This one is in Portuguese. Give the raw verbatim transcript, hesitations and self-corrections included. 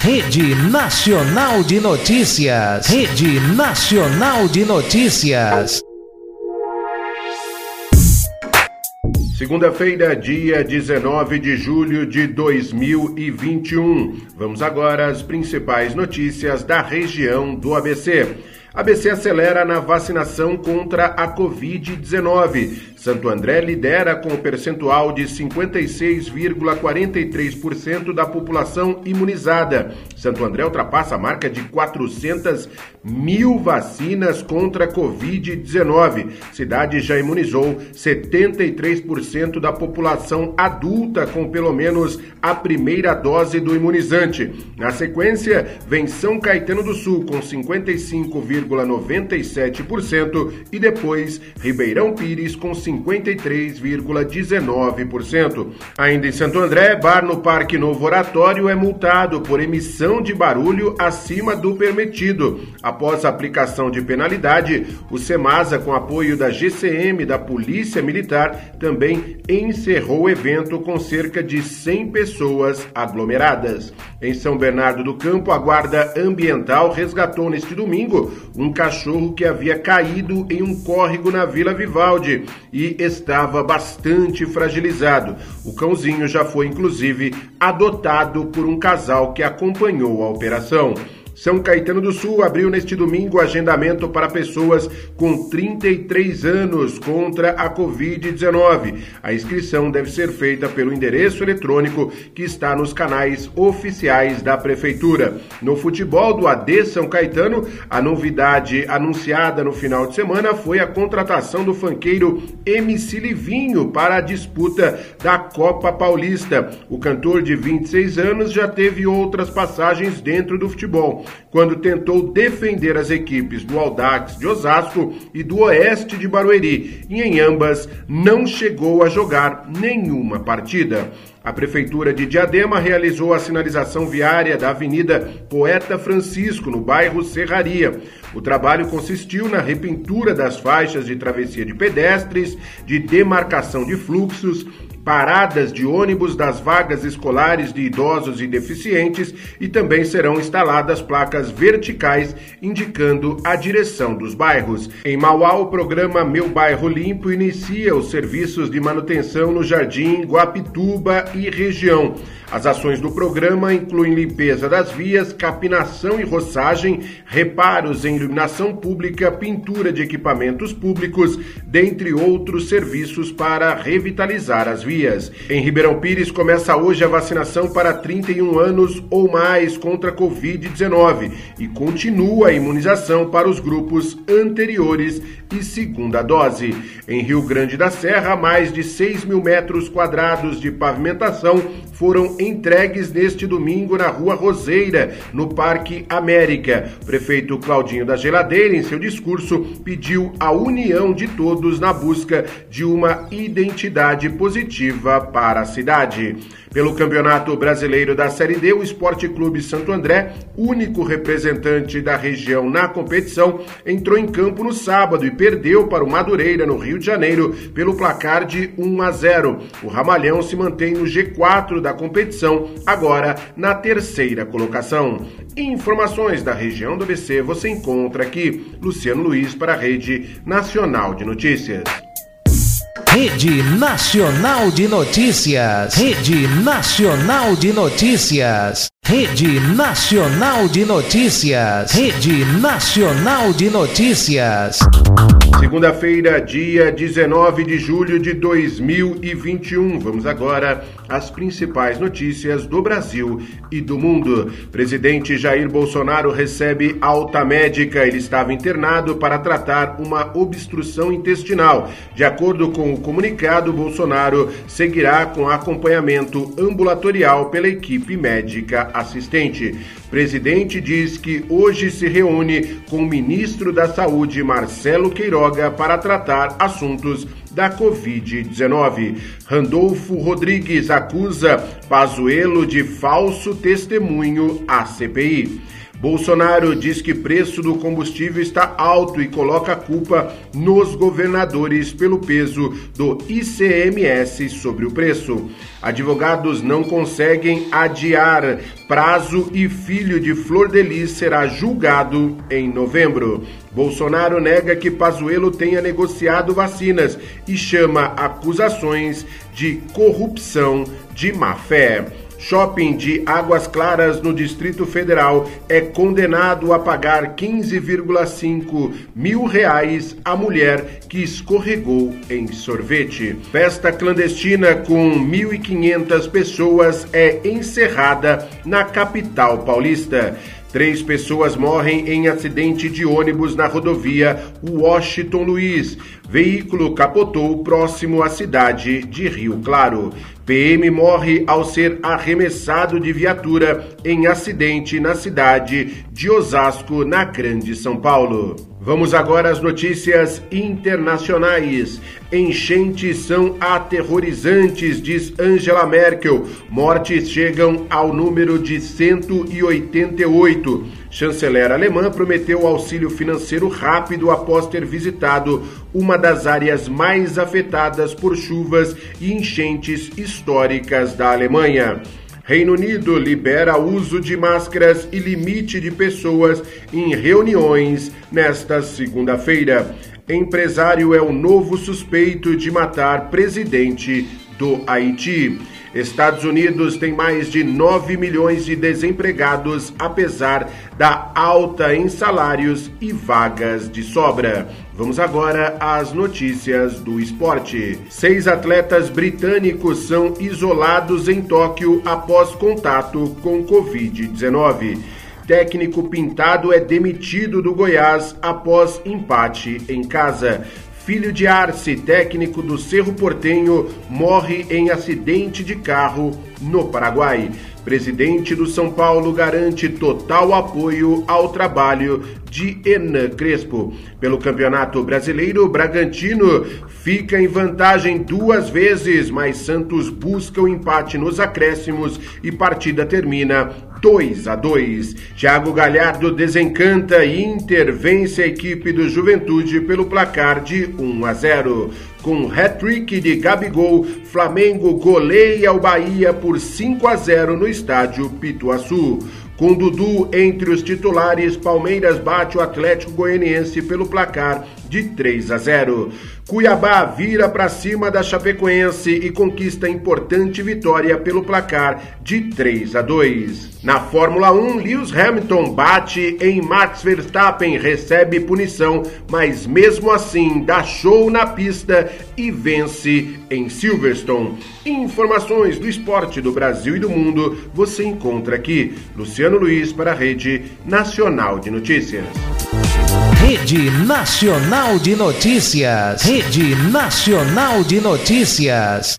Rede Nacional de Notícias. Rede Nacional de Notícias. Segunda-feira, dia dezenove de julho de dois mil e vinte e um. Vamos agora às principais notícias da região do A B C. A B C acelera na vacinação contra a covid dezenove. Santo André lidera com o percentual de cinquenta e seis vírgula quarenta e três por cento da população imunizada. Santo André ultrapassa a marca de quatrocentas mil vacinas contra a covid dezenove. Cidade já imunizou setenta e três por cento da população adulta com pelo menos a primeira dose do imunizante. Na sequência, vem São Caetano do Sul com cinquenta e cinco vírgula noventa e sete por cento e depois Ribeirão Pires com cinquenta e três vírgula dezenove por cento. Ainda em Santo André, bar no Parque Novo Oratório é multado por emissão de barulho acima do permitido. Após a aplicação de penalidade, o Semasa, com apoio da G C M da Polícia Militar, também encerrou o evento com cerca de cem pessoas aglomeradas. Em São Bernardo do Campo, a Guarda Ambiental resgatou neste domingo um cachorro que havia caído em um córrego na Vila Vivaldi e estava bastante fragilizado. O cãozinho já foi, inclusive, adotado por um casal que acompanhou a operação. São Caetano do Sul abriu neste domingo agendamento para pessoas com trinta e três anos contra a covid dezenove. A inscrição deve ser feita pelo endereço eletrônico que está nos canais oficiais da Prefeitura. No futebol do A D São Caetano, a novidade anunciada no final de semana foi a contratação do funkeiro M C Livinho para a disputa da Copa Paulista. O cantor de vinte e seis anos já teve outras passagens dentro do futebol, quando tentou defender as equipes do Audax de Osasco e do Oeste de Barueri, e em ambas não chegou a jogar nenhuma partida. A Prefeitura de Diadema realizou a sinalização viária da Avenida Poeta Francisco, no bairro Serraria. O trabalho consistiu na repintura das faixas de travessia de pedestres, de demarcação de fluxos, paradas de ônibus das vagas escolares de idosos e deficientes, e também serão instaladas placas verticais indicando a direção dos bairros. Em Mauá, o programa Meu Bairro Limpo inicia os serviços de manutenção no Jardim Guapituba e região. As ações do programa incluem limpeza das vias, capinação e roçagem, reparos em iluminação pública, pintura de equipamentos públicos, dentre outros serviços para revitalizar as vias. Em Ribeirão Pires, começa hoje a vacinação para trinta e um anos ou mais contra a covid dezenove e continua a imunização para os grupos anteriores e segunda dose. Em Rio Grande da Serra, mais de seis mil metros quadrados de pavimentação foram entregues neste domingo na Rua Roseira, no Parque América. O prefeito Claudinho da Geladeira, em seu discurso, pediu a união de todos na busca de uma identidade positiva para a cidade. Pelo Campeonato Brasileiro da Série D, o Esporte Clube Santo André, único representante da região na competição, entrou em campo no sábado e perdeu para o Madureira, no Rio de Janeiro, pelo placar de um a zero. O Ramalhão se mantém no G quatro da competição, agora na terceira colocação. Informações da região do A B C você encontra aqui. Luciano Luiz para a Rede Nacional de Notícias. Rede Nacional de Notícias. Rede Nacional de Notícias. Rede Nacional de Notícias. Rede Nacional de Notícias. Segunda-feira, dia dezenove de julho de dois mil e vinte e um. Vamos agora às principais notícias do Brasil e do mundo. Presidente Jair Bolsonaro recebe alta médica. Ele estava internado para tratar uma obstrução intestinal. De acordo com o comunicado, Bolsonaro seguirá com acompanhamento ambulatorial pela equipe médica assistente. O presidente diz que hoje se reúne com o ministro da Saúde, Marcelo Queiroga, para tratar assuntos da covid dezenove. Randolfo Rodrigues acusa Pazuello de falso testemunho à C P I. Bolsonaro diz que preço do combustível está alto e coloca a culpa nos governadores pelo peso do I C M S sobre o preço. Advogados não conseguem adiar prazo e filho de Flor de Lis será julgado em novembro. Bolsonaro nega que Pazuello tenha negociado vacinas e chama acusações de corrupção de má-fé. Shopping de Águas Claras, no Distrito Federal, é condenado a pagar quinze vírgula cinco mil reais à mulher que escorregou em sorvete. Festa clandestina com mil e quinhentas pessoas é encerrada na capital paulista. Três pessoas morrem em acidente de ônibus na rodovia Washington Luiz. Veículo capotou próximo à cidade de Rio Claro. P M morre ao ser arremessado de viatura em acidente na cidade de Osasco, na Grande São Paulo. Vamos agora às notícias internacionais. Enchentes são aterrorizantes, diz Angela Merkel. Mortes chegam ao número de cento e oitenta e oito. Chanceler alemã prometeu auxílio financeiro rápido após ter visitado uma das áreas mais afetadas por chuvas e enchentes históricas da Alemanha. Reino Unido libera uso de máscaras e limite de pessoas em reuniões nesta segunda-feira. Empresário é o novo suspeito de matar presidente do Haiti. Estados Unidos tem mais de nove milhões de desempregados, apesar da alta em salários e vagas de sobra. Vamos agora às notícias do esporte. Seis atletas britânicos são isolados em Tóquio após contato com covid dezenove. Técnico Pintado é demitido do Goiás após empate em casa. Filho de Arce, técnico do Cerro Porteño, morre em acidente de carro no Paraguai. Presidente do São Paulo garante total apoio ao trabalho de Hernan Crespo. Pelo Campeonato Brasileiro, Bragantino fica em vantagem duas vezes, mas Santos busca o empate nos acréscimos e partida termina dois a dois. Thiago Galhardo desencanta e Inter vence a equipe do Juventude pelo placar de um a zero. Com hat-trick de Gabigol, Flamengo goleia o Bahia por cinco a zero no estádio Pituaçu. Com Dudu entre os titulares, Palmeiras bate o Atlético Goianiense pelo placar de três a zero. Cuiabá vira para cima da Chapecoense e conquista importante vitória pelo placar de três a dois. Na Fórmula um, Lewis Hamilton bate em Max Verstappen, recebe punição, mas mesmo assim dá show na pista e vence em Silverstone. Informações do esporte do Brasil e do mundo você encontra aqui. Luciano Luiz para a Rede Nacional de Notícias. Rede Nacional de Notícias. Rede Nacional de Notícias.